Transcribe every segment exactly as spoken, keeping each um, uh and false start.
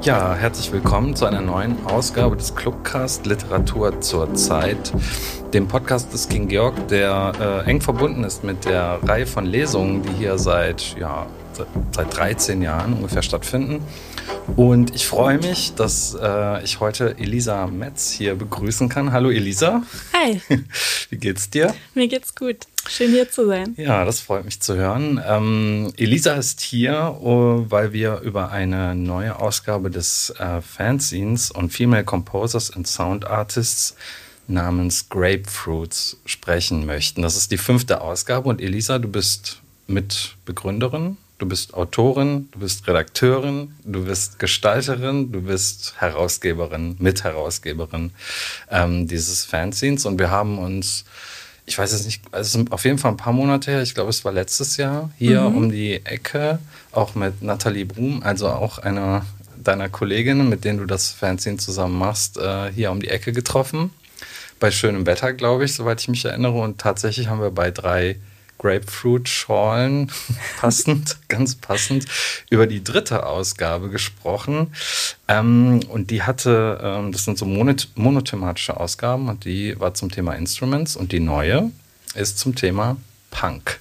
Ja, herzlich willkommen zu einer neuen Ausgabe des Clubcast Literatur zur Zeit, dem Podcast des King Georg, der äh, eng verbunden ist mit der Reihe von Lesungen, die hier seit, ja, seit dreizehn Jahren ungefähr stattfinden. Und ich freue mich, dass äh, ich heute Elisa Metz hier begrüßen kann. Hallo Elisa. Hi. Wie geht's dir? Mir geht's gut. Schön hier zu sein. Ja, das freut mich zu hören. Ähm, Elisa ist hier, uh, weil wir über eine neue Ausgabe des äh, Fanzines on Female Composers and Sound Artists namens Grapefruits sprechen möchten. Das ist die fünfte Ausgabe und Elisa, du bist Mitbegründerin, du bist Autorin, du bist Redakteurin, du bist Gestalterin, du bist Herausgeberin, Mitherausgeberin ähm, dieses Fanzines und wir haben uns, ich weiß jetzt nicht, also es ist auf jeden Fall ein paar Monate her, ich glaube, es war letztes Jahr, hier mhm. um die Ecke, auch mit Nathalie Brum, also auch einer deiner Kolleginnen, mit denen du das Fanzine zusammen machst, äh, hier um die Ecke getroffen. Bei schönem Wetter, glaube ich, soweit ich mich erinnere. Und tatsächlich haben wir bei drei Grapefruit-Schorlen passend, ganz passend, über die dritte Ausgabe gesprochen. Ähm, und die hatte, ähm, das sind so monot- monothematische Ausgaben und die war zum Thema Instruments und die neue ist zum Thema Punk.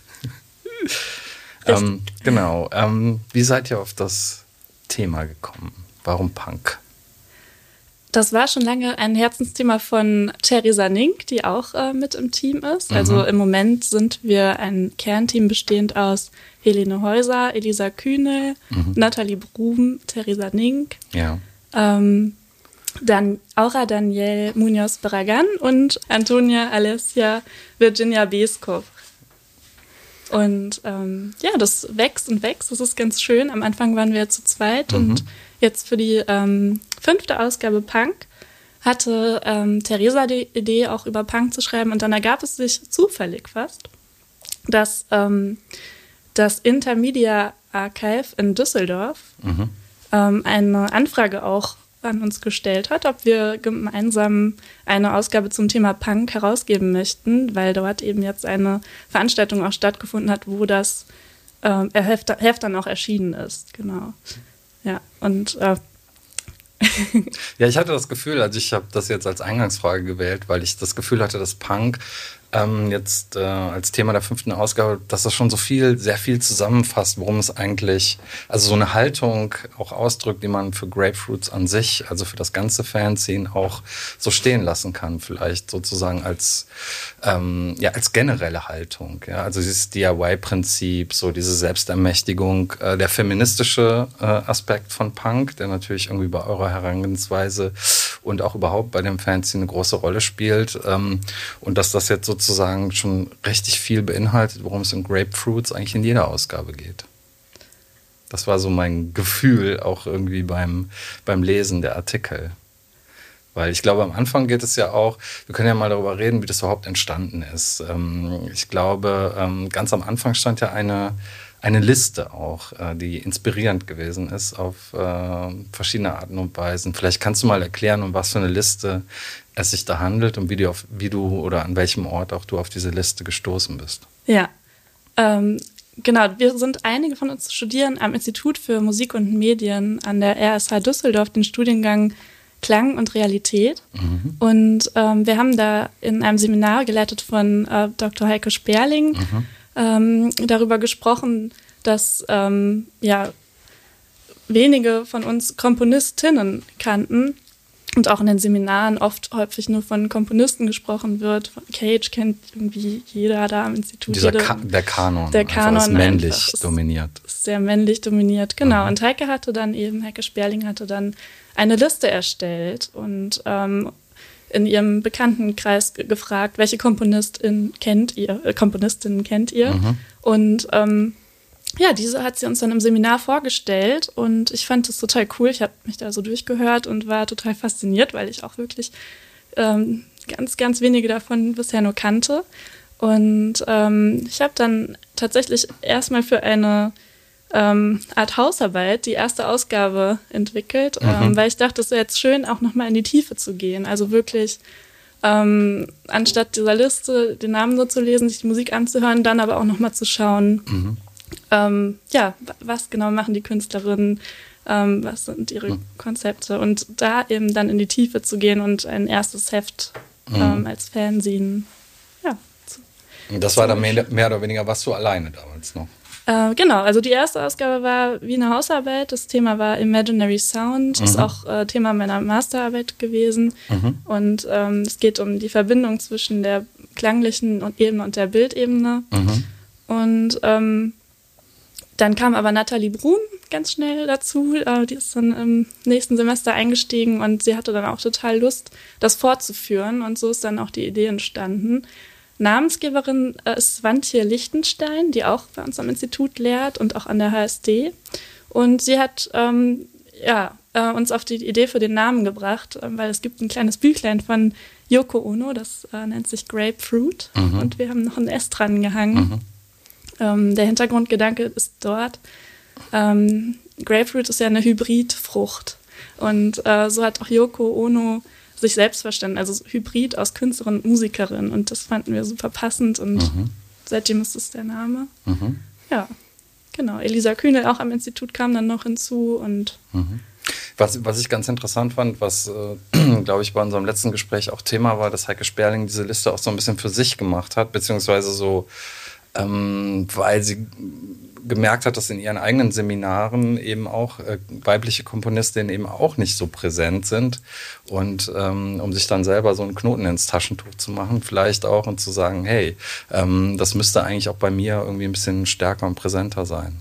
ähm, genau. Ähm, wie seid ihr auf das Thema gekommen? Warum Punk? Das war schon lange ein Herzensthema von Theresa Nink, die auch äh, mit im Team ist. Mhm. Also im Moment sind wir ein Kernteam bestehend aus Helene Häuser, Elisa Kühnel, mhm. Nathalie Brum, Theresa Nink, ja. ähm, dann Aura Danielle Munoz Barragan und Antonia Alessia Virginia Beskov. Und ähm, ja, das wächst und wächst, das ist ganz schön. Am Anfang waren wir zu zweit mhm. und jetzt für die ähm, fünfte Ausgabe Punk hatte ähm, Theresa die Idee, auch über Punk zu schreiben. Und dann ergab es sich zufällig fast, dass ähm, das Intermedia Archive in Düsseldorf mhm. ähm, eine Anfrage auch an uns gestellt hat, ob wir gemeinsam eine Ausgabe zum Thema Punk herausgeben möchten, weil dort eben jetzt eine Veranstaltung auch stattgefunden hat, wo das äh, Heft, Heft dann auch erschienen ist. Genau. Ja, und äh ja, ich hatte das Gefühl, also ich habe das jetzt als Eingangsfrage gewählt, weil ich das Gefühl hatte, dass Punk ähm, jetzt äh, als Thema der fünften Ausgabe, dass das schon so viel, sehr viel zusammenfasst, worum es eigentlich, also so eine Haltung auch ausdrückt, die man für Grapefruits an sich, also für das ganze Fanzine auch so stehen lassen kann, vielleicht sozusagen als ähm, ja als generelle Haltung, ja, also dieses D I Y-Prinzip, so diese Selbstermächtigung, äh, der feministische äh, Aspekt von Punk, der natürlich irgendwie bei eurer Herangehensweise und auch überhaupt bei dem Fanzine eine große Rolle spielt, ähm, und dass das jetzt sozusagen schon richtig viel beinhaltet, worum es in Grapefruits eigentlich in jeder Ausgabe geht. Das war so mein Gefühl auch irgendwie beim, beim Lesen der Artikel. Weil ich glaube, am Anfang geht es ja auch, wir können ja mal darüber reden, wie das überhaupt entstanden ist. Ähm, ich glaube, ähm, ganz am Anfang stand ja eine, eine Liste auch, äh, die inspirierend gewesen ist auf äh, verschiedene Arten und Weisen. Vielleicht kannst du mal erklären, um was für eine Liste es sich da handelt und wie du, auf, wie du oder an welchem Ort auch du auf diese Liste gestoßen bist. Ja, ähm, genau. Wir sind, einige von uns studieren am Institut für Musik und Medien an der R S H Düsseldorf den Studiengang Klang und Realität. Mhm. Und ähm, wir haben da in einem Seminar geleitet von äh, Doktor Heike Sperling mhm. ähm, darüber gesprochen, dass ähm, ja, wenige von uns Komponistinnen kannten. Und auch in den Seminaren oft häufig nur von Komponisten gesprochen wird. Cage kennt irgendwie jeder da am Institut. Dieser jede, Ka- der Kanon. Der Kanon ist männlich dominiert. Ist sehr männlich dominiert, genau. Mhm. Und Heike hatte dann eben, Heike Sperling hatte dann eine Liste erstellt und ähm, in ihrem Bekanntenkreis g- gefragt, welche Komponistin kennt ihr, äh, Komponistinnen kennt ihr? Mhm. Und ähm, ja, diese hat sie uns dann im Seminar vorgestellt und ich fand das total cool. Ich habe mich da so durchgehört und war total fasziniert, weil ich auch wirklich ähm, ganz, ganz wenige davon bisher nur kannte. Und ähm, ich habe dann tatsächlich erstmal für eine ähm, Art Hausarbeit die erste Ausgabe entwickelt, mhm. ähm, weil ich dachte, es wäre jetzt schön, auch nochmal in die Tiefe zu gehen. Also wirklich ähm, anstatt dieser Liste den Namen nur zu lesen, sich die Musik anzuhören, dann aber auch nochmal zu schauen, mhm. ähm, ja, was genau machen die Künstlerinnen, ähm, was sind ihre mhm. Konzepte und da eben dann in die Tiefe zu gehen und ein erstes Heft mhm. ähm, als Fanzine, ja. Zu, das war dann mehr, mehr oder weniger, warst du alleine damals noch? Äh, genau, also die erste Ausgabe war wie eine Hausarbeit. Das Thema war Imaginary Sound, mhm. ist auch äh, Thema meiner Masterarbeit gewesen. Mhm. Und ähm, es geht um die Verbindung zwischen der klanglichen Ebene und der Bildebene. Mhm. Und ähm, dann kam aber Nathalie Brun ganz schnell dazu. Äh, die ist dann im nächsten Semester eingestiegen und sie hatte dann auch total Lust, das fortzuführen. Und so ist dann auch die Idee entstanden. Namensgeberin ist Swantje Lichtenstein, die auch bei uns am Institut lehrt und auch an der H S D. Und sie hat ähm, ja, äh, uns auf die Idee für den Namen gebracht, äh, weil es gibt ein kleines Büchlein von Yoko Ono, das äh, nennt sich Grapefruit. Mhm. Und wir haben noch ein S dran gehangen. Mhm. Ähm, der Hintergrundgedanke ist dort, ähm, Grapefruit ist ja eine Hybridfrucht. Und äh, so hat auch Yoko Ono sich selbst verstanden, also Hybrid aus Künstlerin und Musikerin. Und das fanden wir super passend und mhm. seitdem ist es der Name. Mhm. Ja, genau. Elisa Kühnel auch am Institut kam dann noch hinzu. Und mhm. was, was ich ganz interessant fand, was, äh, glaube ich, bei unserem letzten Gespräch auch Thema war, dass Heike Sperling diese Liste auch so ein bisschen für sich gemacht hat, beziehungsweise so, ähm, weil sie gemerkt hat, dass in ihren eigenen Seminaren eben auch äh, weibliche Komponistinnen eben auch nicht so präsent sind und ähm, um sich dann selber so einen Knoten ins Taschentuch zu machen vielleicht auch und zu sagen, hey, ähm, das müsste eigentlich auch bei mir irgendwie ein bisschen stärker und präsenter sein.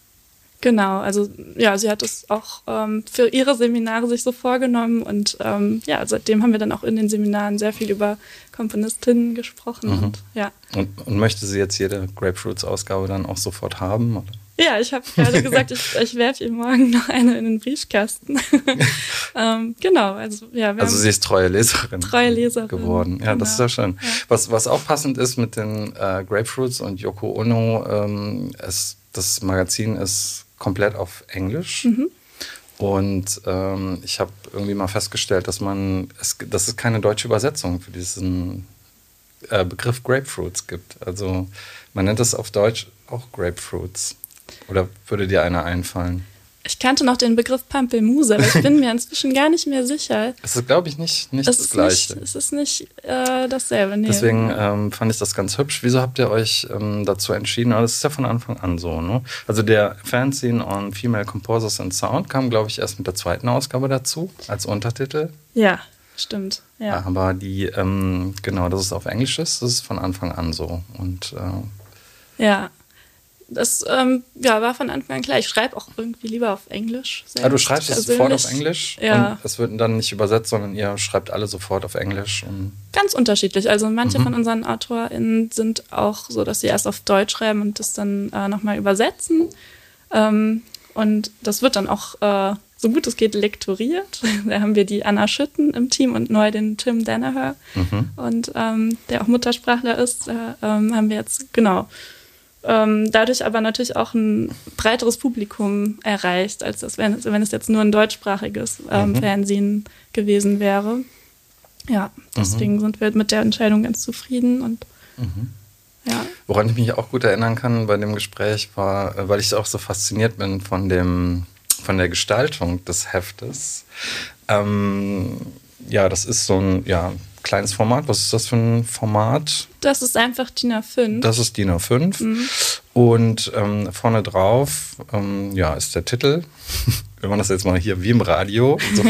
Genau, also ja, sie hat es auch ähm, für ihre Seminare sich so vorgenommen und ähm, ja, seitdem haben wir dann auch in den Seminaren sehr viel über Komponistinnen gesprochen. Mhm. Und, ja. und, und möchte sie jetzt jede Grapefruits-Ausgabe dann auch sofort haben? Oder? Ja, ich habe gerade gesagt, ich, ich werfe ihr morgen noch eine in den Briefkasten. ähm, genau, also ja. Wir also sie ist treue Leserin, treue Leserin geworden. Ja, genau. Das ist ja schön. Ja. Was, was auch passend ist mit den äh, Grapefruits und Yoko Ono, ähm, es, das Magazin ist komplett auf Englisch. Mhm. Und ähm, ich habe irgendwie mal festgestellt, dass man, es, dass es keine deutsche Übersetzung für diesen äh, Begriff Grapefruits gibt. Also man nennt es auf Deutsch auch Grapefruits. Oder würde dir einer einfallen? Ich kannte noch den Begriff Pampelmuse, aber ich bin mir inzwischen gar nicht mehr sicher. Es ist, glaube ich, nicht, nicht das Gleiche. Nicht, es ist nicht äh, dasselbe. Nee. Deswegen ähm, fand ich das ganz hübsch. Wieso habt ihr euch ähm, dazu entschieden? Aber das ist ja von Anfang an so. Ne? Also der Fanzine on Female Composers and Sound kam, glaube ich, erst mit der zweiten Ausgabe dazu, als Untertitel. Ja, stimmt. Ja. Aber die, ähm, genau, dass es auf Englisch ist, das ist von Anfang an so. Und äh, ja. Das ähm, ja, war von Anfang an klar. Ich schreibe auch irgendwie lieber auf Englisch. Ah, du schreibst es sofort auf Englisch? Ja. Und es wird dann nicht übersetzt, sondern ihr schreibt alle sofort auf Englisch? Und ganz unterschiedlich. Also manche mhm. von unseren AutorInnen sind auch so, dass sie erst auf Deutsch schreiben und das dann äh, nochmal übersetzen. Ähm, und das wird dann auch, äh, so gut es geht, lektoriert. Da haben wir die Anna Schütten im Team und neu den Tim Danaher. Mhm. Und ähm, der auch Muttersprachler ist, da ähm, haben wir jetzt, genau, Ähm, dadurch aber natürlich auch ein breiteres Publikum erreicht, als das, wenn, wenn es jetzt nur ein deutschsprachiges ähm, mhm. Fernsehen gewesen wäre. Ja, deswegen mhm. sind wir mit der Entscheidung ganz zufrieden. Und mhm. ja. Woran ich mich auch gut erinnern kann bei dem Gespräch war, weil ich auch so fasziniert bin von dem, von der Gestaltung des Heftes. Ähm, ja, das ist so ein, ja, kleines Format. Was ist das für ein Format? Das ist einfach D I N A fünf. Das ist D I N A fünf. Mhm. Und ähm, vorne drauf ähm, ja, ist der Titel. Wir machen das jetzt mal hier wie im Radio. So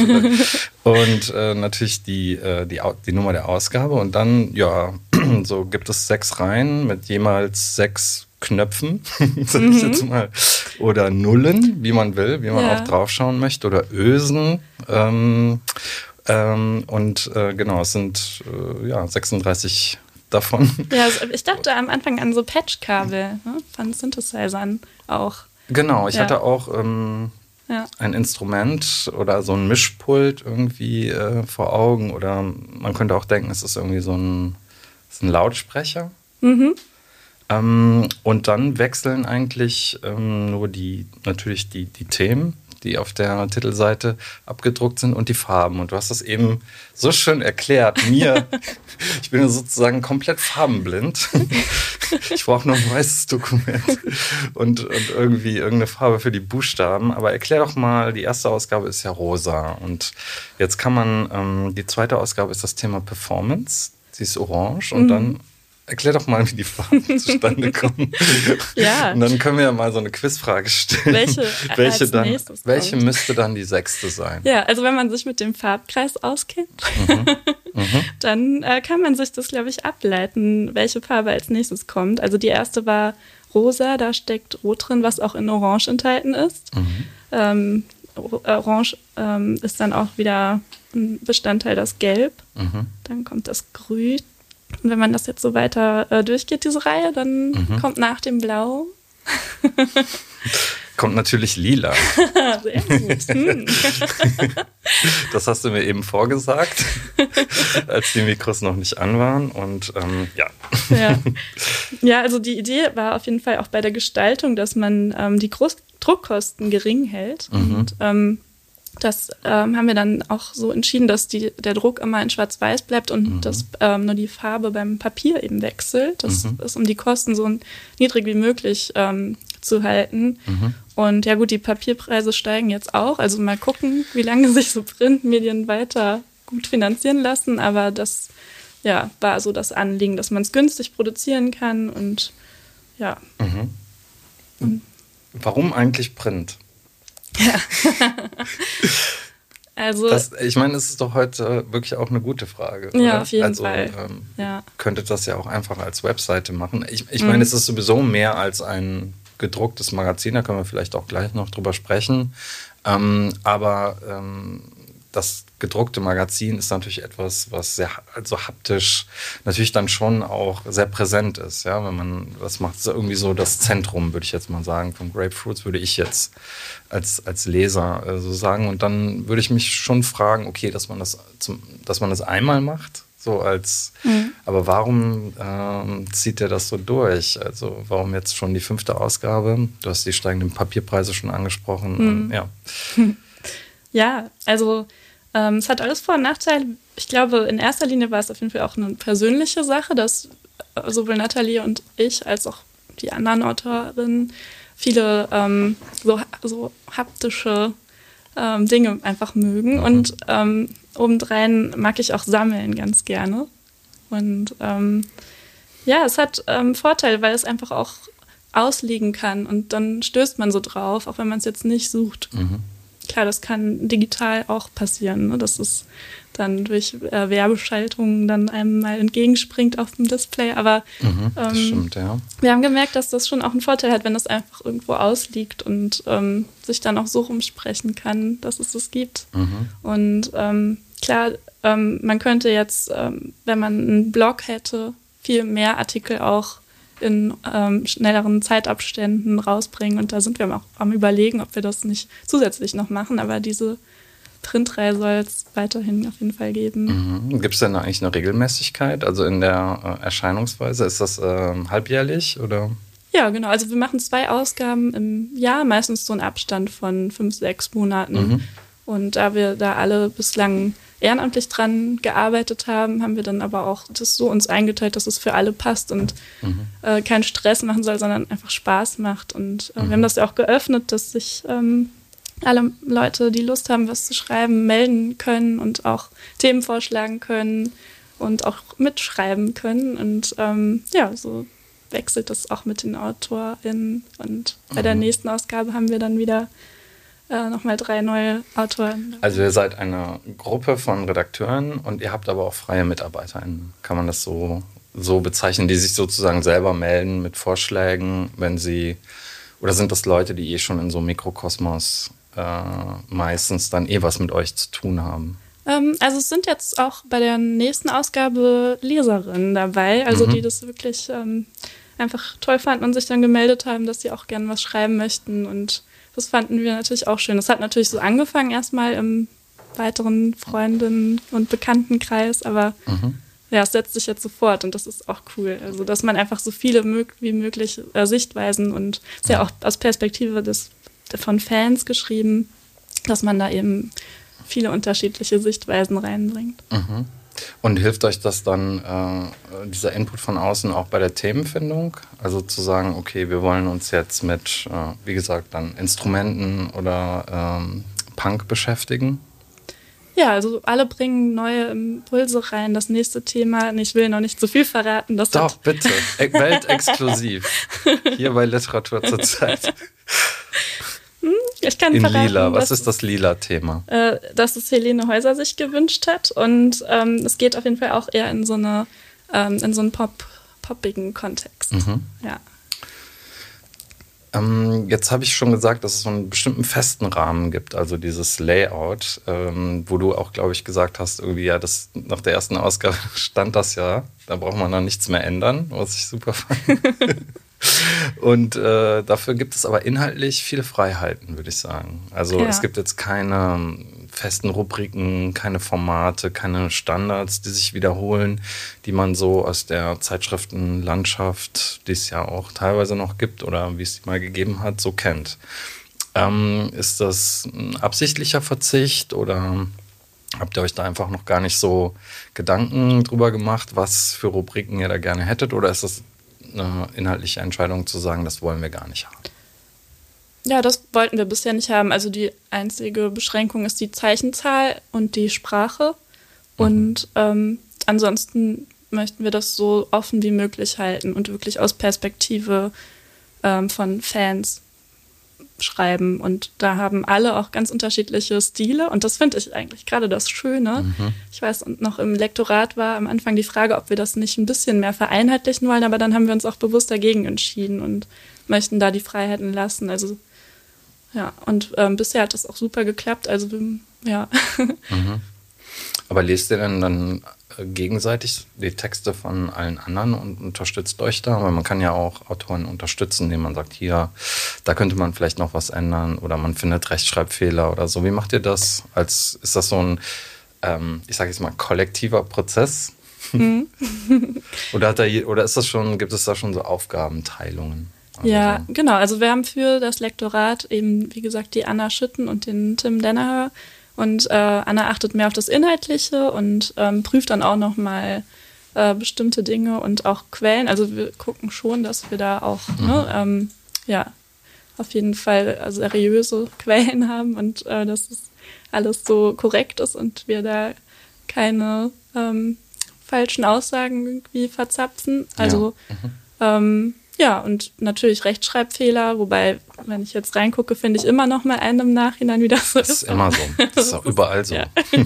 und äh, natürlich die, äh, die, die Nummer der Ausgabe. Und dann, ja, so gibt es sechs Reihen mit jemals sechs Knöpfen, sag ich jetzt mal. Oder Nullen, wie man will, wie man ja. auch draufschauen möchte. Oder Ösen. Ähm, Ähm, und äh, genau, es sind äh, ja, sechsunddreißig davon. Ja, also ich dachte am Anfang an so Patchkabel, ne, von Synthesizern auch. Genau, ich ja. hatte auch ähm, ja. ein Instrument oder so ein Mischpult irgendwie äh, vor Augen. Oder man könnte auch denken, es ist irgendwie so ein, ist ein Lautsprecher. Mhm. Ähm, und dann wechseln eigentlich ähm, nur die, natürlich die, die Themen. die auf der Titelseite abgedruckt sind und die Farben. Und du hast das eben so schön erklärt. Mir, ich bin sozusagen komplett farbenblind. Ich brauche nur ein weißes Dokument und, und irgendwie irgendeine Farbe für die Buchstaben. Aber erklär doch mal, die erste Ausgabe ist ja rosa. Und jetzt kann man, ähm, die zweite Ausgabe ist das Thema Performance. Sie ist orange und mhm. dann erklär doch mal, wie die Farben zustande kommen. Ja. Und dann können wir ja mal so eine Quizfrage stellen. Welche, welche, als dann, nächstes welche kommt. müsste dann die sechste sein? Ja, also wenn man sich mit dem Farbkreis auskennt, Mhm. Mhm. dann äh, kann man sich das, glaube ich, ableiten, welche Farbe als nächstes kommt. Also die erste war rosa, da steckt Rot drin, was auch in Orange enthalten ist. Mhm. Ähm, Orange ähm, ist dann auch wieder ein Bestandteil, das Gelb. Mhm. Dann kommt das Grün. Und wenn man das jetzt so weiter äh, durchgeht, diese Reihe, dann Mhm. kommt nach dem Blau. Kommt natürlich lila. Sehr gut. Hm. Das hast du mir eben vorgesagt, als die Mikros noch nicht an waren. Und ähm, ja. Ja. Ja, also die Idee war auf jeden Fall auch bei der Gestaltung, dass man ähm, die Groß- Druckkosten gering hält. Mhm. Und ähm, das ähm, haben wir dann auch so entschieden, dass die, der Druck immer in Schwarz-Weiß bleibt und Mhm. dass ähm, nur die Farbe beim Papier eben wechselt. Das Mhm. ist, um die Kosten so niedrig wie möglich ähm, zu halten. Mhm. Und ja gut, die Papierpreise steigen jetzt auch. Also mal gucken, wie lange sich so Printmedien weiter gut finanzieren lassen. Aber das ja, war so das Anliegen, dass man es günstig produzieren kann. Und ja. Mhm. Und Warum eigentlich Print? also Das, ich meine, es ist doch heute wirklich auch eine gute Frage. Ja, oder? auf jeden also, Fall. Ähm, ja. könntet das ja auch einfach als Webseite machen. Ich, ich Mhm. meine, es ist sowieso mehr als ein gedrucktes Magazin, da können wir vielleicht auch gleich noch drüber sprechen. Ähm, aber ähm, das gedruckte Magazin ist natürlich etwas, was sehr also haptisch natürlich dann schon auch sehr präsent ist. Ja, wenn man das macht, ist irgendwie so das Zentrum, würde ich jetzt mal sagen, von Grapefruits, würde ich jetzt als, als Leser äh, so sagen. Und dann würde ich mich schon fragen, okay, dass man das, zum, dass man das einmal macht, so als, Mhm. aber warum ähm, zieht der das so durch? Also warum jetzt schon die fünfte Ausgabe? Du hast die steigenden Papierpreise schon angesprochen. Mhm. Ähm, ja. Ja, also ähm, es hat alles Vor- und Nachteile. Ich glaube, in erster Linie war es auf jeden Fall auch eine persönliche Sache, dass äh, sowohl Nathalie und ich als auch die anderen Autorinnen viele ähm, so, so haptische ähm, Dinge einfach mögen. Mhm. Und ähm, obendrein mag ich auch Sammeln ganz gerne. Und ähm, ja, es hat ähm, Vorteile, weil es einfach auch ausliegen kann und dann stößt man so drauf, auch wenn man es jetzt nicht sucht. Mhm. Klar, das kann digital auch passieren, ne? Dass es dann durch äh, Werbeschaltungen dann einem mal entgegenspringt auf dem Display. Aber Mhm, das ähm, stimmt, ja. wir haben gemerkt, dass das schon auch einen Vorteil hat, wenn das einfach irgendwo ausliegt und ähm, sich dann auch so rumsprechen kann, dass es das gibt. Mhm. Und ähm, klar, ähm, man könnte jetzt, ähm, wenn man einen Blog hätte, viel mehr Artikel auch in ähm, schnelleren Zeitabständen rausbringen. Und da sind wir auch am Überlegen, ob wir das nicht zusätzlich noch machen. Aber diese Printreihe soll es weiterhin auf jeden Fall geben. Mhm. Gibt es denn eigentlich eine Regelmäßigkeit, also in der äh, Erscheinungsweise? Ist das ähm, halbjährlich oder? Ja, genau. Also wir machen zwei Ausgaben im Jahr, meistens so einen Abstand von fünf, sechs Monaten. Mhm. Und da wir da alle bislang ehrenamtlich dran gearbeitet haben, haben wir dann aber auch das so uns eingeteilt, dass es für alle passt und Mhm. äh, keinen Stress machen soll, sondern einfach Spaß macht. Und äh, Mhm. wir haben das ja auch geöffnet, dass sich ähm, alle Leute, die Lust haben, was zu schreiben, melden können und auch Themen vorschlagen können und auch mitschreiben können. Und ähm, ja, so wechselt das auch mit den AutorInnen. Und bei der Mhm. nächsten Ausgabe haben wir dann wieder äh, nochmal drei neue Autoren. Also ihr seid eine Gruppe von Redakteuren und ihr habt aber auch freie MitarbeiterInnen. Kann man das so, so bezeichnen, die sich sozusagen selber melden mit Vorschlägen, wenn sie, oder sind das Leute, die eh schon in so einem Mikrokosmos äh, meistens dann eh was mit euch zu tun haben? Ähm, also es sind jetzt auch bei der nächsten Ausgabe Leserinnen dabei, also Mhm. die das wirklich ähm, einfach toll fanden und sich dann gemeldet haben, dass sie auch gerne was schreiben möchten. Und das fanden wir natürlich auch schön. Das hat natürlich so angefangen erstmal im weiteren Freundinnen- und Bekanntenkreis, aber Mhm. ja, es setzt sich jetzt sofort und das ist auch cool. Also, dass man einfach so viele mög- wie möglich äh, Sichtweisen und ist ja auch aus Perspektive des, von Fans geschrieben, dass man da eben viele unterschiedliche Sichtweisen reinbringt. Mhm. Und hilft euch das dann, äh, dieser Input von außen, auch bei der Themenfindung? Also zu sagen, okay, wir wollen uns jetzt mit, äh, wie gesagt, dann Instrumenten oder ähm, Punk beschäftigen? Ja, also alle bringen neue Impulse rein. Das nächste Thema, ich will noch nicht zu viel verraten. Das Doch, bitte. Weltexklusiv. Hier bei Literatur zur Zeit. Ich kann In verraten, Lila. Was dass, ist das Lila-Thema? Äh, dass es Helene Häuser sich gewünscht hat. Und ähm, es geht auf jeden Fall auch eher in so, eine, ähm, in so einen Pop, poppigen Kontext. Mhm. Ja. Ähm, jetzt habe ich schon gesagt, dass es so einen bestimmten festen Rahmen gibt, also dieses Layout, ähm, wo du auch, glaube ich, gesagt hast, irgendwie, ja, das, nach der ersten Ausgabe stand das ja, da braucht man dann nichts mehr ändern, was ich super fand. Und äh, dafür gibt es aber inhaltlich viele Freiheiten, würde ich sagen. Also ja. Es gibt jetzt keine festen Rubriken, keine Formate, keine Standards, die sich wiederholen, die man so aus der Zeitschriftenlandschaft, die es ja auch teilweise noch gibt oder wie es die mal gegeben hat, so kennt. Ähm, ist das ein absichtlicher Verzicht oder habt ihr euch da einfach noch gar nicht so Gedanken drüber gemacht, was für Rubriken ihr da gerne hättet, oder ist das eine inhaltliche Entscheidung zu sagen, das wollen wir gar nicht haben? Ja, das wollten wir bisher nicht haben. Also die einzige Beschränkung ist die Zeichenzahl und die Sprache. Mhm. Und ähm, ansonsten möchten wir das so offen wie möglich halten und wirklich aus Perspektive ähm, von Fans schreiben. Und da haben alle auch ganz unterschiedliche Stile. Und das finde ich eigentlich gerade das Schöne. Mhm. Ich weiß, und noch im Lektorat war am Anfang die Frage, ob wir das nicht ein bisschen mehr vereinheitlichen wollen. Aber dann haben wir uns auch bewusst dagegen entschieden und möchten da die Freiheiten lassen. Also ja, und ähm, bisher hat das auch super geklappt. Also ja. Mhm. Aber lest ihr denn dann gegenseitig die Texte von allen anderen und unterstützt euch da? Weil man kann ja auch Autoren unterstützen, indem man sagt, hier, da könnte man vielleicht noch was ändern oder man findet Rechtschreibfehler oder so. Wie macht ihr das? Als, ist das so ein, ähm, ich sage jetzt mal, kollektiver Prozess? Mhm. oder, hat da, oder ist das schon, gibt es da schon so Aufgabenteilungen? Also ja, so. Genau. Also wir haben für das Lektorat eben, wie gesagt, die Anna Schütten und den Tim Danaher. Und äh, Anna achtet mehr auf das Inhaltliche und ähm, prüft dann auch nochmal äh, bestimmte Dinge und auch Quellen. Also wir gucken schon, dass wir da auch mhm. ne, ähm, ja, auf jeden Fall seriöse Quellen haben und äh, dass es alles so korrekt ist und wir da keine ähm, falschen Aussagen irgendwie verzapfen. Also ja. Mhm. Ähm, Ja, und natürlich Rechtschreibfehler, wobei, wenn ich jetzt reingucke, finde ich immer noch mal einen im Nachhinein, wie das so ist. Das ist immer so. Das ist auch überall so. Ja.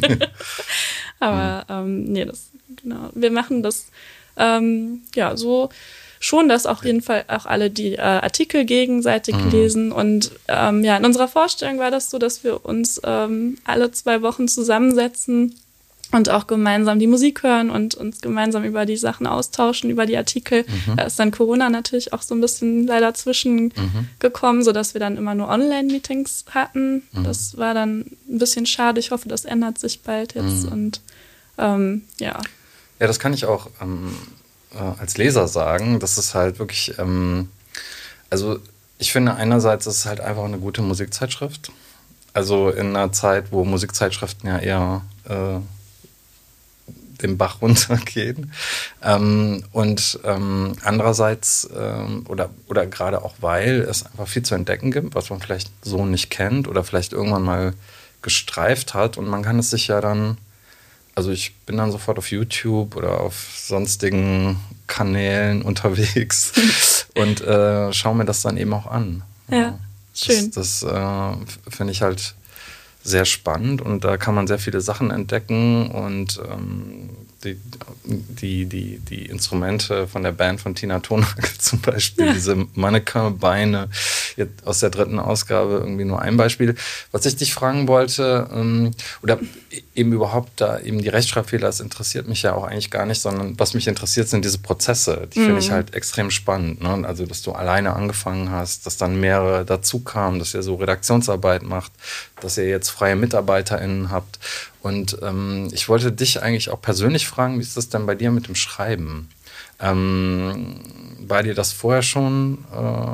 Aber ähm, nee, das, genau. Wir machen das ähm, ja so schon, dass auf jeden Fall auch alle die äh, Artikel gegenseitig mhm. lesen. Und ähm, ja, in unserer Vorstellung war das so, dass wir uns ähm, alle zwei Wochen zusammensetzen und auch gemeinsam die Musik hören und uns gemeinsam über die Sachen austauschen, über die Artikel. Mhm. Da ist dann Corona natürlich auch so ein bisschen leider zwischengekommen, mhm. sodass wir dann immer nur Online-Meetings hatten. Mhm. Das war dann ein bisschen schade. Ich hoffe, das ändert sich bald jetzt. Mhm. Und ähm, ja. Ja, das kann ich auch ähm, äh, als Leser sagen. Das ist halt wirklich, ähm, also ich finde einerseits ist es halt einfach eine gute Musikzeitschrift. Also in einer Zeit, wo Musikzeitschriften ja eher äh, den Bach runtergehen. Ähm, und ähm, andererseits, ähm, oder, oder gerade auch weil es einfach viel zu entdecken gibt, was man vielleicht so nicht kennt oder vielleicht irgendwann mal gestreift hat. Und man kann es sich ja dann, also ich bin dann sofort auf YouTube oder auf sonstigen Kanälen unterwegs und äh, schaue mir das dann eben auch an. Ja, ja, schön. Das, das äh, finde ich halt sehr spannend und da kann man sehr viele Sachen entdecken und ähm, die, die, die, die Instrumente von der Band von Tina Thonagel zum Beispiel, ja. diese Mannequin-Beine jetzt aus der dritten Ausgabe, irgendwie nur ein Beispiel. Was ich dich fragen wollte, ähm, oder eben überhaupt da eben die Rechtschreibfehler, das interessiert mich ja auch eigentlich gar nicht, sondern was mich interessiert, sind diese Prozesse. Die mhm. finde ich halt extrem spannend. Ne? Also, dass du alleine angefangen hast, dass dann mehrere dazu kamen, dass ihr so Redaktionsarbeit macht, dass ihr jetzt freie MitarbeiterInnen habt. Und ähm, ich wollte dich eigentlich auch persönlich fragen, wie ist das denn bei dir mit dem Schreiben? Ähm, war dir das vorher schon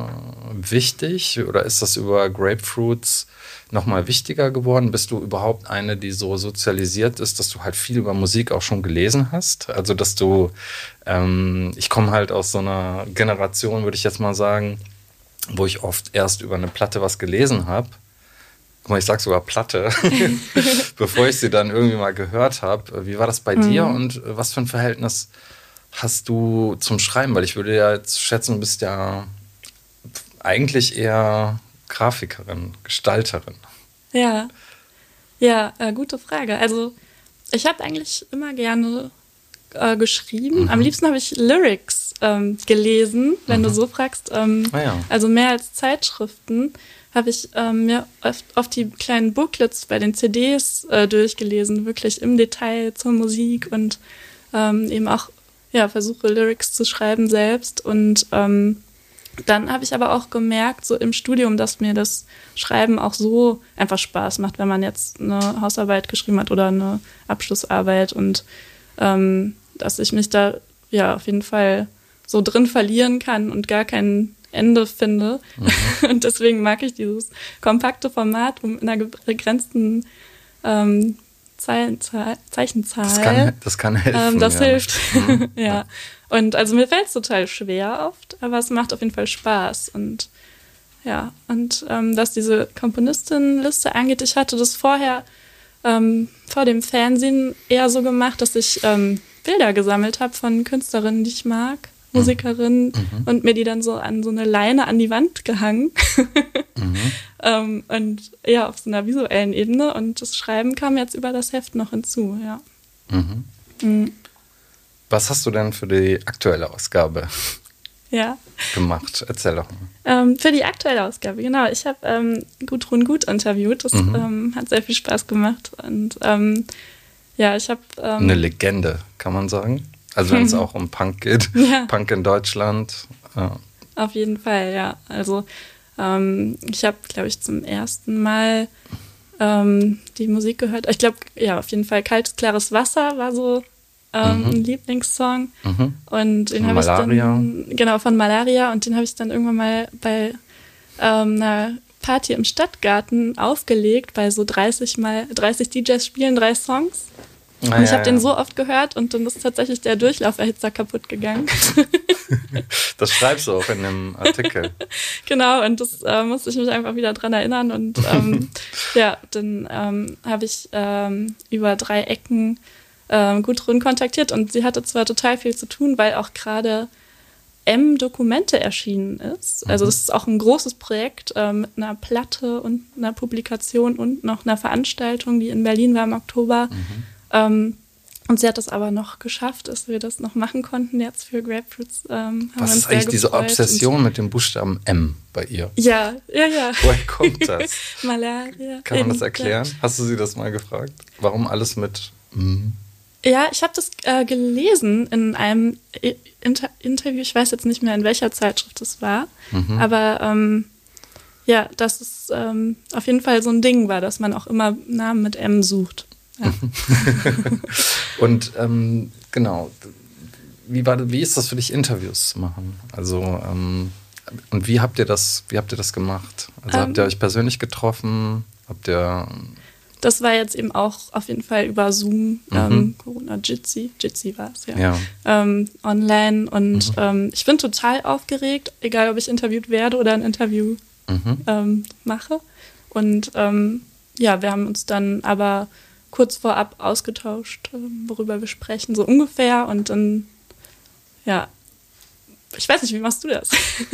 äh, wichtig oder ist das über Grapefruits nochmal wichtiger geworden? Bist du überhaupt eine, die so sozialisiert ist, dass du halt viel über Musik auch schon gelesen hast? Also, dass du, ähm, ich komme halt aus so einer Generation, würde ich jetzt mal sagen, wo ich oft erst über eine Platte was gelesen habe. Guck mal, ich sag sogar Platte, bevor ich sie dann irgendwie mal gehört habe. Wie war das bei mhm. dir und was für ein Verhältnis hast du zum Schreiben? Weil ich würde ja jetzt schätzen, du bist ja eigentlich eher Grafikerin, Gestalterin. Ja, ja, äh, gute Frage. Also ich habe eigentlich immer gerne äh, geschrieben. Mhm. Am liebsten habe ich Lyrics ähm, gelesen, wenn mhm. du so fragst. Ähm, ah, ja. Also mehr als Zeitschriften habe ich ähm, mir oft, oft die kleinen Booklets bei den C Ds äh, durchgelesen, wirklich im Detail zur Musik und ähm, eben auch ja, versuche Lyrics zu schreiben selbst. Und ähm, dann habe ich aber auch gemerkt, so im Studium, dass mir das Schreiben auch so einfach Spaß macht, wenn man jetzt eine Hausarbeit geschrieben hat oder eine Abschlussarbeit und ähm, dass ich mich da ja auf jeden Fall so drin verlieren kann und gar kein Ende finde. Mhm. Und deswegen mag ich dieses kompakte Format, um in einer begrenzten ähm, Zeilenzahl, Zeichenzahl. Das kann, das kann helfen. Ähm, das ja. hilft. Mhm. ja. ja. Und also mir fällt es total schwer oft, aber es macht auf jeden Fall Spaß. Und ja, und ähm, was diese Komponistenliste angeht, ich hatte das vorher ähm, vor dem Fernsehen eher so gemacht, dass ich ähm, Bilder gesammelt habe von Künstlerinnen, die ich mag, mhm. Musikerinnen mhm. und mir die dann so an so eine Leine an die Wand gehangen. mhm. ähm, und ja, auf so einer visuellen Ebene. Und das Schreiben kam jetzt über das Heft noch hinzu, ja. Mhm. Mhm. Was hast du denn für die aktuelle Ausgabe ja. gemacht? Erzähl doch mal. Ähm, für die aktuelle Ausgabe, genau. Ich habe ähm, Gudrun Gut interviewt. Das mhm. ähm, hat sehr viel Spaß gemacht. Und ähm, ja, ich habe... Ähm, Eine Legende, kann man sagen. Also wenn es auch um Punk geht. Ja. Punk in Deutschland. Ja. Auf jeden Fall, ja. Also ähm, ich habe, glaube ich, zum ersten Mal ähm, die Musik gehört. Ich glaube, ja, auf jeden Fall Kaltes, klares Wasser war so... Ähm, mhm. ein Lieblingssong mhm. und den habe ich dann genau von Malaria und den habe ich dann irgendwann mal bei ähm, einer Party im Stadtgarten aufgelegt, bei so dreißig mal dreißig D Js spielen drei Songs ah, und ich ja, habe ja. den so oft gehört und dann ist tatsächlich der Durchlauferhitzer kaputt gegangen. Das schreibst du auch in einem Artikel. Genau, und das äh, musste ich mich einfach wieder dran erinnern und ähm, ja, dann ähm, habe ich ähm, über drei Ecken Ähm, Gudrun kontaktiert und sie hatte zwar total viel zu tun, weil auch gerade M Dokumente erschienen ist. Also das ist auch ein großes Projekt äh, mit einer Platte und einer Publikation und noch einer Veranstaltung, die in Berlin war im Oktober. Mhm. Ähm, und sie hat es aber noch geschafft, dass wir das noch machen konnten jetzt für Grapefruits. Ähm, Was ist eigentlich diese Obsession mit dem Buchstaben M bei ihr? Ja, ja, ja. Woher kommt das? Malaria. Kann man das erklären? Ja. Hast du sie das mal gefragt? Warum alles mit M? Ja, ich habe das äh, gelesen in einem Inter- Interview, ich weiß jetzt nicht mehr, in welcher Zeitschrift es war, mhm. aber ähm, ja, dass es ähm, auf jeden Fall so ein Ding war, dass man auch immer Namen mit M sucht. Ja. Und ähm, genau, wie, war, wie ist das für dich, Interviews zu machen? Also ähm, und wie habt ihr das, wie habt ihr das gemacht? Also ähm, habt ihr euch persönlich getroffen? Habt ihr... Das war jetzt eben auch auf jeden Fall über Zoom, mhm. ähm, Corona Jitsi, Jitsi war es, ja, ja. Ähm, online. Und mhm. ähm, ich bin total aufgeregt, egal ob ich interviewt werde oder ein Interview mhm. ähm, mache. Und ähm, ja, wir haben uns dann aber kurz vorab ausgetauscht, äh, worüber wir sprechen, so ungefähr. Und dann, ja, ich weiß nicht, wie machst du das?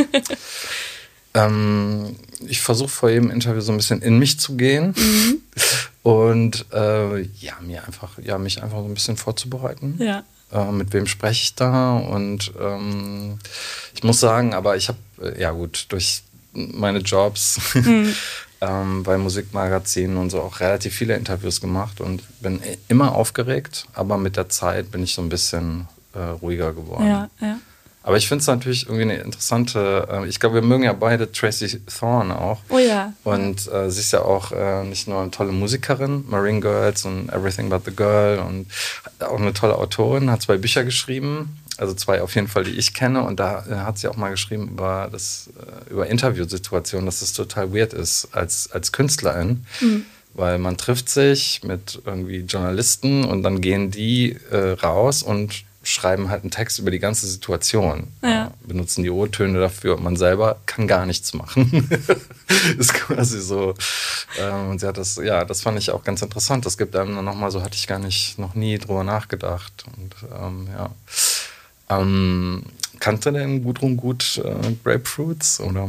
ähm, ich versuche vor jedem Interview so ein bisschen in mich zu gehen. Mhm. Und äh, ja, mir einfach, ja, mich einfach so ein bisschen vorzubereiten. Ja. Äh, mit wem spreche ich da? Und ähm, ich muss sagen, aber ich habe, äh, ja gut, durch meine Jobs mhm. ähm, bei Musikmagazinen und so auch relativ viele Interviews gemacht und bin immer aufgeregt, aber mit der Zeit bin ich so ein bisschen äh, ruhiger geworden. Ja, ja. Aber ich finde es natürlich irgendwie eine interessante, äh, ich glaube, wir mögen ja beide Tracy Thorn auch. Oh ja. Und äh, sie ist ja auch äh, nicht nur eine tolle Musikerin, Marine Girls und Everything But the Girl und auch eine tolle Autorin, hat zwei Bücher geschrieben. also zwei auf jeden Fall, die ich kenne. Und da äh, hat sie auch mal geschrieben über, das, äh, über Interviewsituationen, dass es total weird ist als, als Künstlerin. Mhm. Weil man trifft sich mit irgendwie Journalisten und dann gehen die äh, raus und schreiben halt einen Text über die ganze Situation. Ja. Äh, benutzen die O-Töne dafür und man selber kann gar nichts machen. Ist quasi so. Ähm, und sie hat das, ja, das fand ich auch ganz interessant. Das gibt einem dann nochmal, so hatte ich gar nicht, noch nie drüber nachgedacht. Und ähm, ja. Ähm, kannte denn Gudrun Gut äh, Grapefruits, oder?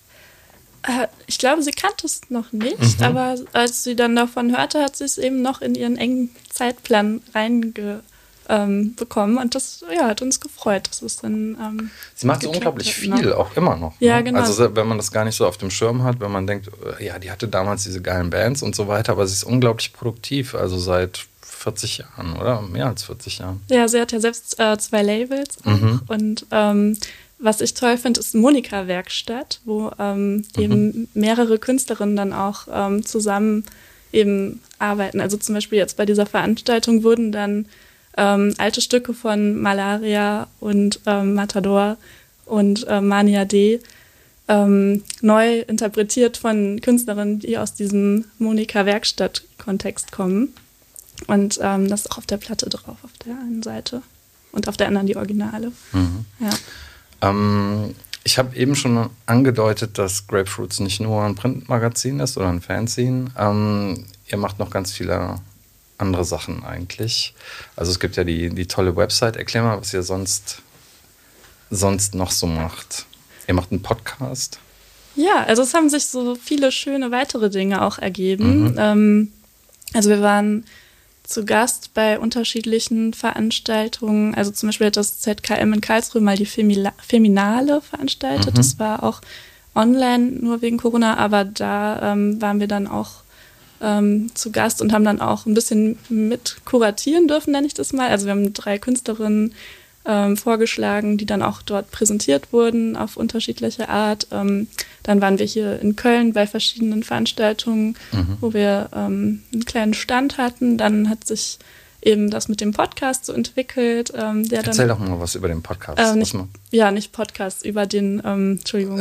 Ich glaube, sie kannte es noch nicht, mhm. aber als sie dann davon hörte, hat sie es eben noch in ihren engen Zeitplan reingebekommen ähm, und das ja, hat uns gefreut. Dass es dann, ähm, sie macht so unglaublich viel, noch. Auch immer noch. Ja, ne? genau. Also wenn man das gar nicht so auf dem Schirm hat, wenn man denkt, ja, die hatte damals diese geilen Bands und so weiter, aber sie ist unglaublich produktiv, also seit vierzig Jahren, oder? Mehr als vierzig Jahren. Ja, sie hat ja selbst äh, zwei Labels mhm. und ähm, was ich toll finde, ist Monika-Werkstatt, wo ähm, mhm. eben mehrere Künstlerinnen dann auch ähm, zusammen eben arbeiten. Also zum Beispiel jetzt bei dieser Veranstaltung wurden dann ähm, alte Stücke von Malaria und ähm, Matador und äh, Mania D ähm, neu interpretiert von Künstlerinnen, die aus diesem Monika-Werkstatt-Kontext kommen. Und ähm, das ist auch auf der Platte drauf, auf der einen Seite. Und auf der anderen die Originale. Mhm. Ja. Ähm, ich habe eben schon angedeutet, dass Grapefruits nicht nur ein Printmagazin ist oder ein Fanzine. Ähm, ihr macht noch ganz viele andere Sachen eigentlich. Also es gibt ja die, die tolle Website. Erklär mal, was ihr sonst, sonst noch so macht. Ihr macht einen Podcast. Ja, also es haben sich so viele schöne weitere Dinge auch ergeben. Mhm. Ähm, also wir waren zu Gast bei unterschiedlichen Veranstaltungen. Also zum Beispiel hat das Z K M in Karlsruhe mal die Femila- Feminale veranstaltet. Mhm. Das war auch online, nur wegen Corona, aber da ähm, waren wir dann auch ähm, zu Gast und haben dann auch ein bisschen mit kuratieren dürfen, nenne ich das mal. Also wir haben drei Künstlerinnen ähm, vorgeschlagen, die dann auch dort präsentiert wurden auf unterschiedliche Art. Ähm, dann waren wir hier in Köln bei verschiedenen Veranstaltungen, mhm. wo wir ähm, einen kleinen Stand hatten. Dann hat sich eben das mit dem Podcast so entwickelt. Ähm, der Erzähl dann, doch mal was über den Podcast. Äh, nicht, ja, nicht Podcast, über den, ähm, Entschuldigung.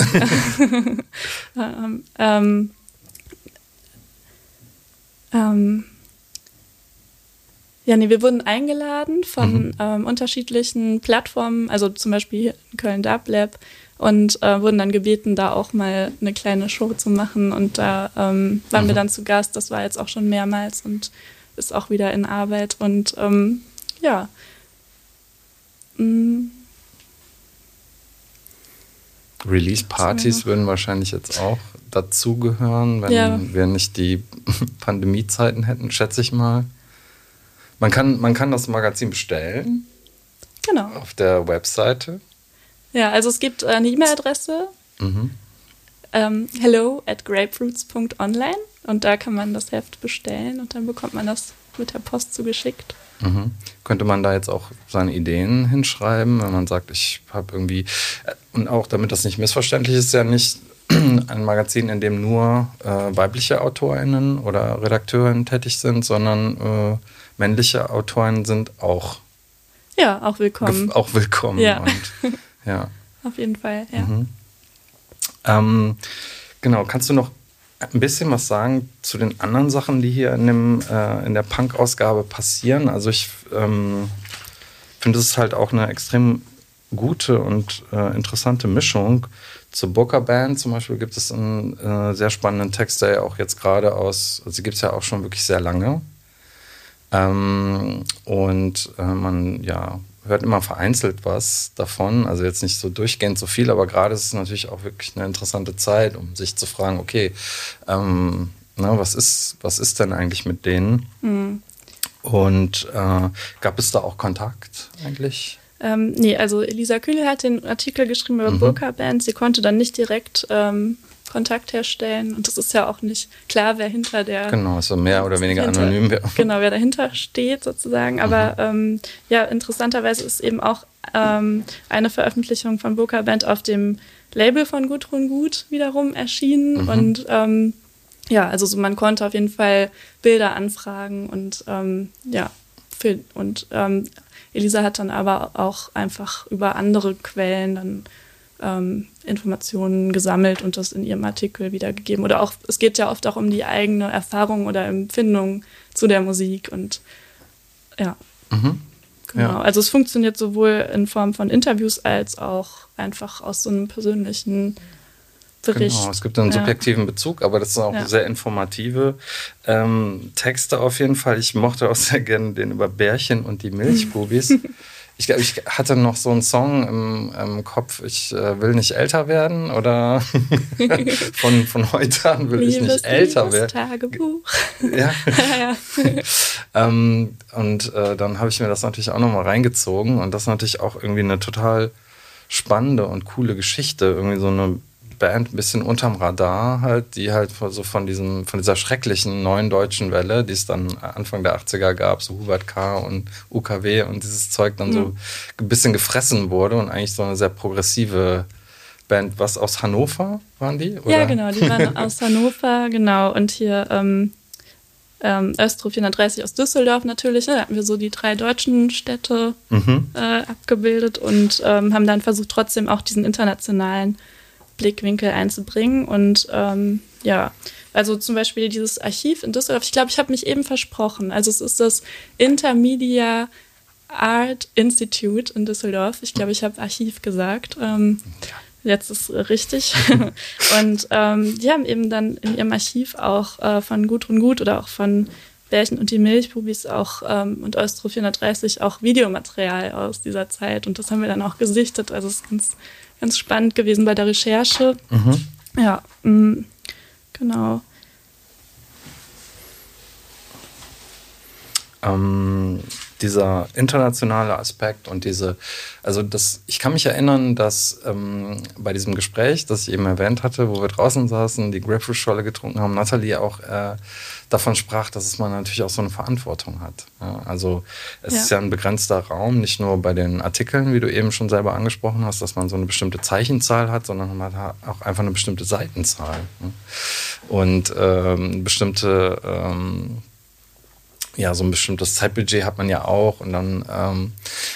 ähm, ähm, ähm, Ja, nee, wir wurden eingeladen von mhm. ähm, unterschiedlichen Plattformen, also zum Beispiel hier in Köln Dub Lab, und äh, wurden dann gebeten, da auch mal eine kleine Show zu machen. Und da ähm, waren mhm. wir dann zu Gast. Das war jetzt auch schon mehrmals und ist auch wieder in Arbeit. Und ähm, ja. Mm. Release-Partys würden wahrscheinlich jetzt auch dazugehören, wenn ja. wir nicht die Pandemiezeiten hätten, schätze ich mal. Man kann, man kann das Magazin bestellen. Genau. Auf der Webseite. Ja, also es gibt eine E-Mail-Adresse. Mhm. Ähm, hello at grapefruits punkt online und da kann man das Heft bestellen und dann bekommt man das mit der Post zugeschickt. Mhm. Könnte man da jetzt auch seine Ideen hinschreiben, wenn man sagt, ich habe irgendwie, und auch damit das nicht missverständlich ist, ja nicht ein Magazin, in dem nur äh, weibliche AutorInnen oder RedakteurInnen tätig sind, sondern äh, männliche Autoren sind auch ja auch willkommen. Gef- auch willkommen. Ja. Und, ja. Auf jeden Fall, ja. Mhm. Ähm, genau, kannst du noch ein bisschen was sagen zu den anderen Sachen, die hier in, dem, äh, in der Punk-Ausgabe passieren? Also ich ähm, finde, es ist halt auch eine extrem gute und äh, interessante Mischung. Zur Booker Band zum Beispiel gibt es einen äh, sehr spannenden Text, der ja auch jetzt gerade aus, also gibt es ja auch schon wirklich sehr lange. Ähm, und äh, man ja hört immer vereinzelt was davon, also jetzt nicht so durchgehend so viel, aber gerade ist es natürlich auch wirklich eine interessante Zeit, um sich zu fragen, okay, ähm, na, was ist, was ist denn eigentlich mit denen? Mhm. Und äh, gab es da auch Kontakt eigentlich? Ähm, nee, also Elisa Kühl hat den Artikel geschrieben über mhm. Booker Band. Sie konnte dann nicht direkt ähm, Kontakt herstellen und das ist ja auch nicht klar, wer hinter der... Genau, ist so mehr oder weniger hinter, anonym. Genau, wer dahinter steht sozusagen. Aber mhm. ähm, ja, interessanterweise ist eben auch ähm, eine Veröffentlichung von Booker Band auf dem Label von Gudrun Gut wiederum erschienen. Mhm. Und ähm, ja, also so, man konnte auf jeden Fall Bilder anfragen und ähm, ja, für, und ähm, Elisa hat dann aber auch einfach über andere Quellen dann ähm, Informationen gesammelt und das in ihrem Artikel wiedergegeben. Oder auch, es geht ja oft auch um die eigene Erfahrung oder Empfindung zu der Musik und ja. Mhm. Genau. Ja. Also es funktioniert sowohl in Form von Interviews als auch einfach aus so einem persönlichen Bericht. Genau, es gibt einen subjektiven ja. Bezug, aber das sind auch ja. sehr informative ähm, Texte auf jeden Fall. Ich mochte auch sehr gerne den über Bärchen und die Milchbubis. Ich glaube, ich hatte noch so einen Song im, im Kopf, ich äh, will nicht älter werden oder von, von heute an will Liebes, ich nicht älter werden. Tagebuch. Ja. ja. ähm, und äh, dann habe ich mir das natürlich auch nochmal reingezogen und das ist natürlich auch irgendwie eine total spannende und coole Geschichte. Irgendwie so eine Band ein bisschen unterm Radar halt, die halt so von diesem, von dieser schrecklichen neuen deutschen Welle, die es dann Anfang der achtziger gab, so Hubert K. und U K W und dieses Zeug dann mhm. so ein bisschen gefressen wurde und eigentlich so eine sehr progressive Band, was aus Hannover waren die? Oder? Ja, genau, die waren aus Hannover, genau, und hier ähm, ähm, Östrow vierhundertdreißig aus Düsseldorf natürlich, ne? Da hatten wir so die drei deutschen Städte mhm. äh, abgebildet und ähm, haben dann versucht, trotzdem auch diesen internationalen Blickwinkel einzubringen und ähm, ja, also zum Beispiel dieses Archiv in Düsseldorf, ich glaube, ich habe mich eben versprochen, also es ist das Intermedia Art Institute in Düsseldorf, ich glaube, ich habe Archiv gesagt, ähm, jetzt ist richtig und ähm, die haben eben dann in ihrem Archiv auch äh, von Gudrun Gut oder auch von Bärchen und die Milchbubis auch ähm, und Östrow vierhundertdreißig auch Videomaterial aus dieser Zeit und das haben wir dann auch gesichtet, also es ist ganz ganz spannend gewesen bei der Recherche. Mhm. Ja, mh, genau. Ähm, dieser internationale Aspekt und diese, also das, ich kann mich erinnern, dass ähm, bei diesem Gespräch, das ich eben erwähnt hatte, wo wir draußen saßen, die Grapefruit-Schorle getrunken haben, Nathalie auch äh, davon sprach, dass es man natürlich auch so eine Verantwortung hat. Ja, also es ja. ist ja ein begrenzter Raum, nicht nur bei den Artikeln, wie du eben schon selber angesprochen hast, dass man so eine bestimmte Zeichenzahl hat, sondern man hat auch einfach eine bestimmte Seitenzahl. Ne? Und ähm, bestimmte ähm, ja, so ein bestimmtes Zeitbudget hat man ja auch und dann ähm,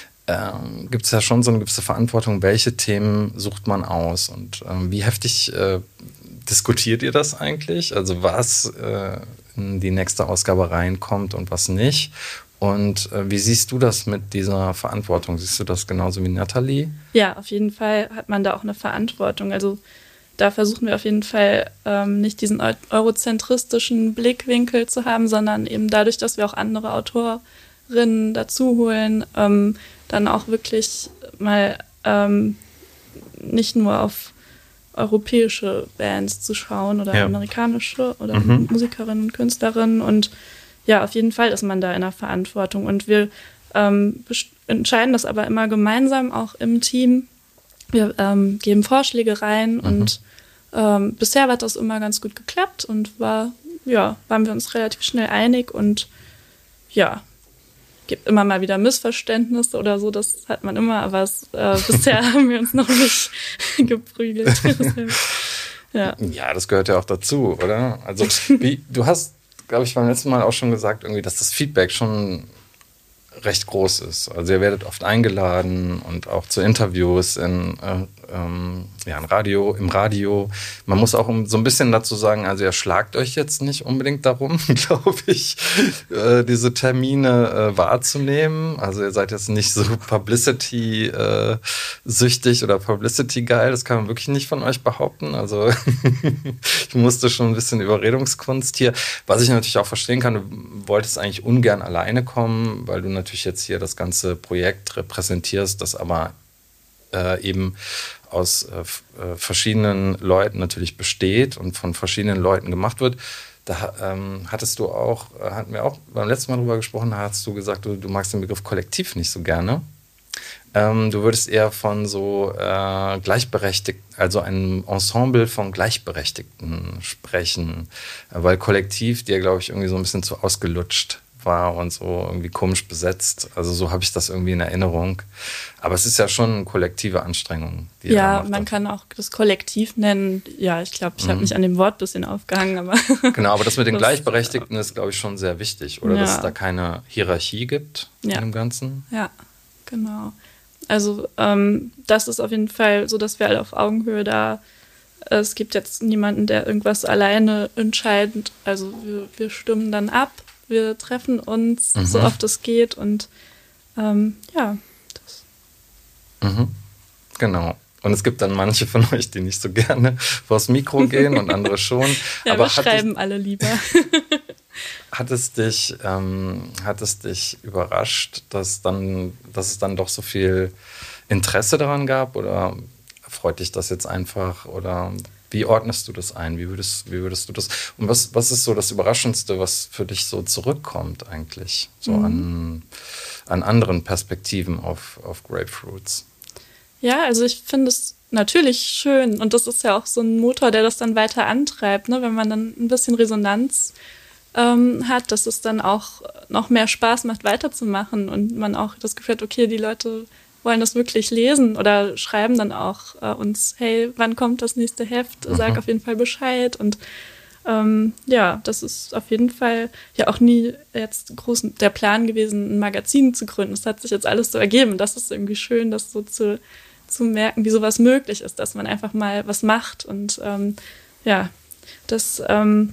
ähm, gibt es ja schon so eine gewisse Verantwortung, welche Themen sucht man aus und ähm, wie heftig äh, diskutiert ihr das eigentlich? Also was äh, in die nächste Ausgabe reinkommt und was nicht? Und äh, wie siehst du das mit dieser Verantwortung? Siehst du das genauso wie Nathalie? Ja, auf jeden Fall hat man da auch eine Verantwortung. Also da versuchen wir auf jeden Fall ähm, nicht diesen eurozentristischen Blickwinkel zu haben, sondern eben dadurch, dass wir auch andere Autorinnen dazu holen, ähm, dann auch wirklich mal ähm, nicht nur auf europäische Bands zu schauen oder ja. amerikanische oder mhm. Musikerinnen und Künstlerinnen. Und ja, auf jeden Fall ist man da in der Verantwortung. Und wir ähm, entscheiden das aber immer gemeinsam, auch im Team. Wir ähm, geben Vorschläge rein mhm. und ähm, bisher hat das immer ganz gut geklappt und war, ja, waren wir uns relativ schnell einig und ja, gibt immer mal wieder Missverständnisse oder so, das hat man immer, aber es, äh, bisher haben wir uns noch nicht geprügelt. ja. ja, das gehört ja auch dazu, oder? Also wie, du hast, glaube ich, beim letzten Mal auch schon gesagt, irgendwie, dass das Feedback schon recht groß ist. Also ihr werdet oft eingeladen und auch zu Interviews in, äh, ähm, ja, im Radio, im Radio. Man muss auch so ein bisschen dazu sagen, also ihr schlagt euch jetzt nicht unbedingt darum, glaube ich, äh, diese Termine äh, wahrzunehmen. Also ihr seid jetzt nicht so Publicity-süchtig äh, oder Publicity-geil. Das kann man wirklich nicht von euch behaupten. Also ich musste schon ein bisschen Überredungskunst hier. Was ich natürlich auch verstehen kann, du wolltest eigentlich ungern alleine kommen, weil du natürlich jetzt hier das ganze Projekt repräsentierst, das aber äh, eben aus äh, verschiedenen Leuten natürlich besteht und von verschiedenen Leuten gemacht wird. Da ähm, hattest du auch, äh, hatten wir auch beim letzten Mal drüber gesprochen, da hast du gesagt, du, du magst den Begriff Kollektiv nicht so gerne. Ähm, du würdest eher von so äh, Gleichberechtigten, also einem Ensemble von Gleichberechtigten sprechen, weil Kollektiv dir, glaube ich, irgendwie so ein bisschen zu ausgelutscht war und so irgendwie komisch besetzt. Also so habe ich das irgendwie in Erinnerung. Aber es ist ja schon eine kollektive Anstrengung. Die ja, man kann auch das Kollektiv nennen. Ja, ich glaube, ich mhm. habe mich an dem Wort ein bisschen aufgehangen. Aber genau, aber das mit den das, Gleichberechtigten ist, glaube ich, schon sehr wichtig. Oder ja. dass es da keine Hierarchie gibt ja. in dem Ganzen. Ja, genau. Also ähm, das ist auf jeden Fall so, dass wir alle auf Augenhöhe da, es gibt jetzt niemanden, der irgendwas alleine entscheidet. Also wir, wir stimmen dann ab, wir treffen uns, mhm. so oft es geht und ähm, ja. Das. Mhm. Genau. Und es gibt dann manche von euch, die nicht so gerne vors Mikro gehen und andere schon. Ja, aber wir schreiben dich, alle lieber. Hat es dich, ähm, hat es dich überrascht, dass, dann, dass es dann doch so viel Interesse daran gab? Oder freut dich das jetzt einfach? Oder wie ordnest du das ein? Wie würdest, wie würdest du das? Und was, was ist so das Überraschendste, was für dich so zurückkommt eigentlich? So mhm. an, an anderen Perspektiven auf, auf Grapefruits? Ja, also ich finde es natürlich schön. Und das ist ja auch so ein Motor, der das dann weiter antreibt, ne? Wenn man dann ein bisschen Resonanz ähm, hat, dass es dann auch noch mehr Spaß macht, weiterzumachen und man auch das Gefühl hat, okay, die Leute wollen das wirklich lesen oder schreiben dann auch äh, uns, hey, wann kommt das nächste Heft? Sag mhm. auf jeden Fall Bescheid. Und ähm, ja, das ist auf jeden Fall ja auch nie jetzt groß der Plan gewesen, ein Magazin zu gründen. Das hat sich jetzt alles so ergeben. Das ist irgendwie schön, das so zu, zu merken, wie sowas möglich ist, dass man einfach mal was macht. Und ähm, ja, das ähm,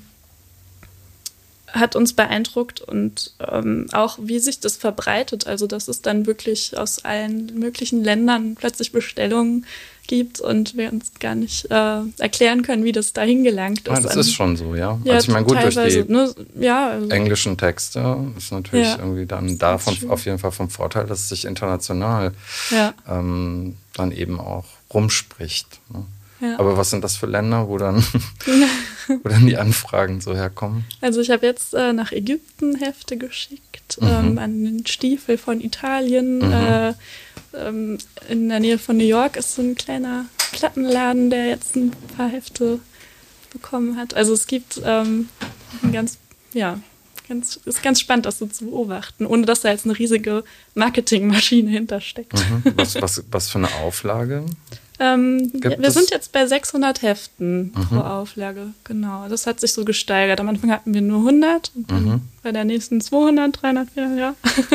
hat uns beeindruckt und ähm, auch, wie sich das verbreitet. Also, dass es dann wirklich aus allen möglichen Ländern plötzlich Bestellungen gibt und wir uns gar nicht äh, erklären können, wie das dahin gelangt ist. Ja, das an, ist schon so, ja. ja also ich meine, gut, durch die ne, ja, also, englischen Texte ist natürlich ja, irgendwie dann davon auf jeden Fall vom Vorteil, dass es sich international ja. ähm, dann eben auch rumspricht. Ne? Ja. Aber was sind das für Länder, wo dann, wo dann die Anfragen so herkommen? Also ich habe jetzt äh, nach Ägypten Hefte geschickt, mhm. ähm, an den Stiefel von Italien. Mhm. Äh, ähm, in der Nähe von New York ist so ein kleiner Plattenladen, der jetzt ein paar Hefte bekommen hat. Also es gibt ähm, ein ganz, ja, ganz, ist ganz spannend, das so zu beobachten, ohne dass da jetzt eine riesige Marketingmaschine hintersteckt. Mhm. Was, was, was für eine Auflage? Ähm, wir es? sind jetzt bei sechshundert Heften mhm. pro Auflage, genau. Das hat sich so gesteigert. Am Anfang hatten wir nur hundert und dann mhm. bei der nächsten zweihundert, dreihundert, ja.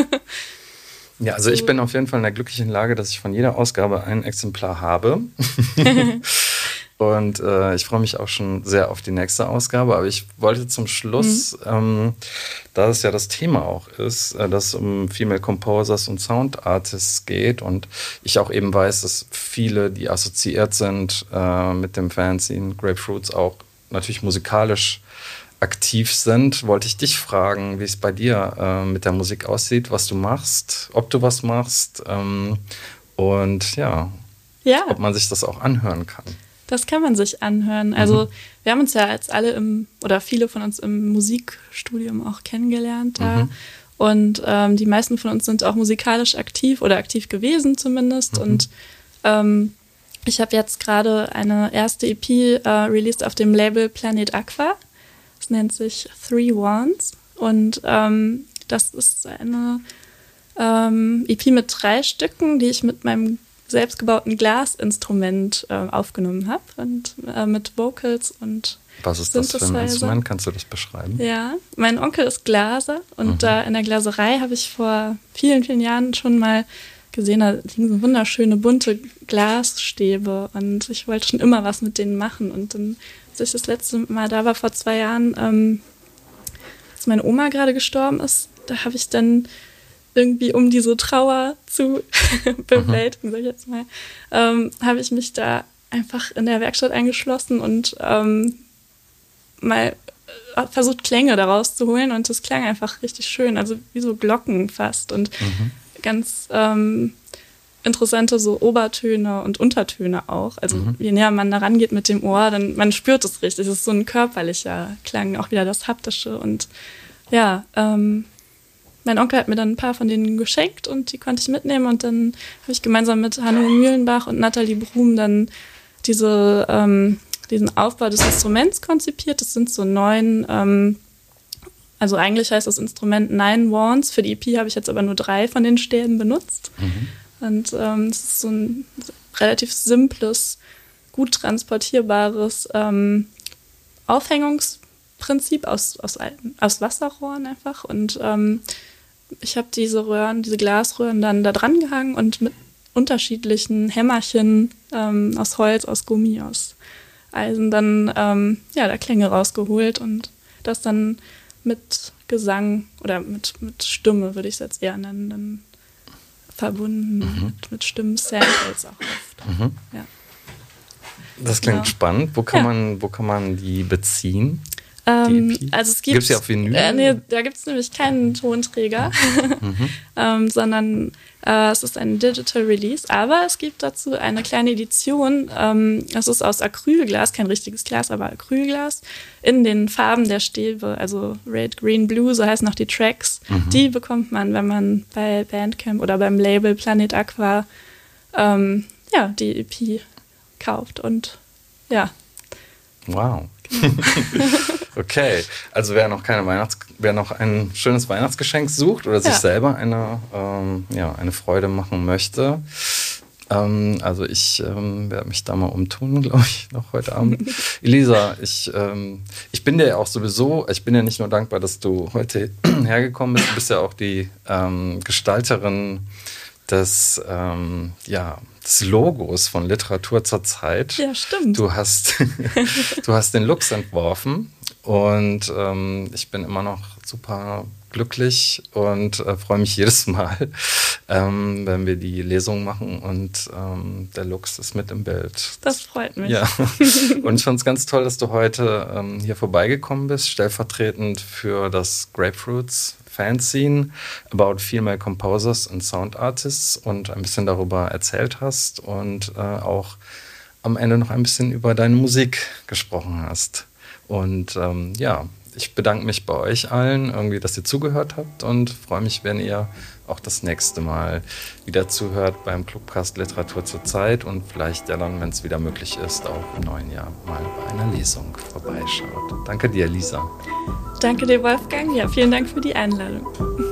Ja, also so. Ich bin auf jeden Fall in der glücklichen Lage, dass ich von jeder Ausgabe ein Exemplar habe. Und äh, ich freue mich auch schon sehr auf die nächste Ausgabe. Aber ich wollte zum Schluss, mhm. ähm, da es ja das Thema auch ist, äh, dass es um Female Composers und Sound Artists geht und ich auch eben weiß, dass viele, die assoziiert sind äh, mit dem Fanzine Grapefruits, auch natürlich musikalisch aktiv sind, wollte ich dich fragen, wie es bei dir äh, mit der Musik aussieht, was du machst, ob du was machst ähm, und ja, ja, ob man sich das auch anhören kann. Das kann man sich anhören. Also mhm. wir haben uns ja jetzt alle im, oder viele von uns im Musikstudium auch kennengelernt da. Mhm. Und ähm, die meisten von uns sind auch musikalisch aktiv oder aktiv gewesen zumindest. Mhm. Und ähm, ich habe jetzt gerade eine erste E P äh, released auf dem Label Planet Aqua. Das nennt sich Three Wands. Und ähm, das ist eine ähm, E P mit drei Stücken, die ich mit meinem selbstgebauten Glasinstrument äh, aufgenommen habe und äh, mit Vocals und Was ist das für ein Instrument? Kannst du das beschreiben? Ja, mein Onkel ist Glaser und mhm. da in der Glaserei habe ich vor vielen, vielen Jahren schon mal gesehen, da liegen so wunderschöne bunte Glasstäbe und ich wollte schon immer was mit denen machen und dann, als ich das letzte Mal da war, vor zwei Jahren, ähm, als meine Oma gerade gestorben ist, da habe ich dann irgendwie, um diese Trauer zu bewältigen, sag ich jetzt mal, ähm, habe ich mich da einfach in der Werkstatt eingeschlossen und ähm, mal versucht, Klänge daraus zu holen und das klang einfach richtig schön, also wie so Glocken fast und mhm. ganz ähm, interessante so Obertöne und Untertöne auch. Also mhm. je näher man da rangeht mit dem Ohr, dann man spürt es richtig. Es ist so ein körperlicher Klang, auch wieder das Haptische und ja, ähm, mein Onkel hat mir dann ein paar von denen geschenkt und die konnte ich mitnehmen und dann habe ich gemeinsam mit Hanno Mühlenbach und Nathalie Brum dann diese, ähm, diesen Aufbau des Instruments konzipiert. Das sind so neun, ähm, also eigentlich heißt das Instrument Nine Wands. Für die E P habe ich jetzt aber nur drei von den Stäben benutzt. Mhm. Und ähm, es ist so ein relativ simples, gut transportierbares ähm, Aufhängungsprinzip aus, aus, aus Wasserrohren einfach und ähm, ich habe diese Röhren, diese Glasröhren dann da dran gehangen und mit unterschiedlichen Hämmerchen ähm, aus Holz, aus Gummi, aus Eisen dann ähm, ja, da Klänge rausgeholt und das dann mit Gesang oder mit, mit Stimme, würde ich es jetzt eher nennen, dann verbunden mhm. mit, mit Stimmen-Samples auch oft. Mhm. Ja. Das klingt ja. spannend. Wo kann, ja. man, wo kann man die beziehen? Ähm, also es gibt Gibt's ja auf Vinyl? Äh, nee, da gibt es nämlich keinen Tonträger, mhm. ähm, sondern äh, es ist ein Digital Release, aber es gibt dazu eine kleine Edition. Ähm, es ist aus Acrylglas, kein richtiges Glas, aber Acrylglas, in den Farben der Stäbe, also Red, Green, Blue, so heißen auch die Tracks. Mhm. Die bekommt man, wenn man bei Bandcamp oder beim Label Planet Aqua ähm, ja, die E P kauft und ja. Wow. Okay, also wer noch keine Weihnachts, wer noch ein schönes Weihnachtsgeschenk sucht oder sich ja. selber eine, ähm, ja, eine Freude machen möchte, ähm, also ich ähm, werde mich da mal umtun, glaube ich, noch heute Abend. Elisa, ich, ähm, ich bin dir ja auch sowieso, ich bin ja nicht nur dankbar, dass du heute hergekommen bist, du bist ja auch die ähm, Gestalterin des, ähm, ja, des Logos von Literatur zur Zeit. Ja, stimmt. Du hast, du hast den Lux entworfen und ähm, ich bin immer noch super glücklich und äh, freue mich jedes Mal, ähm, wenn wir die Lesung machen und ähm, der Lux ist mit im Bild. Das freut mich. Ja. Und ich fand es ganz toll, dass du heute ähm, hier vorbeigekommen bist, stellvertretend für das Grapefruits Fanzine about female composers and sound artists und ein bisschen darüber erzählt hast und äh, auch am Ende noch ein bisschen über deine Musik gesprochen hast. Und ähm, ja, ich bedanke mich bei euch allen, irgendwie, dass ihr zugehört habt und freue mich, wenn ihr auch das nächste Mal wieder zuhört beim Clubcast Literatur zur Zeit und vielleicht ja dann, wenn es wieder möglich ist, auch im neuen Jahr mal bei einer Lesung vorbeischaut. Danke dir, Lisa. Danke dir, Wolfgang. Ja, vielen Dank für die Einladung.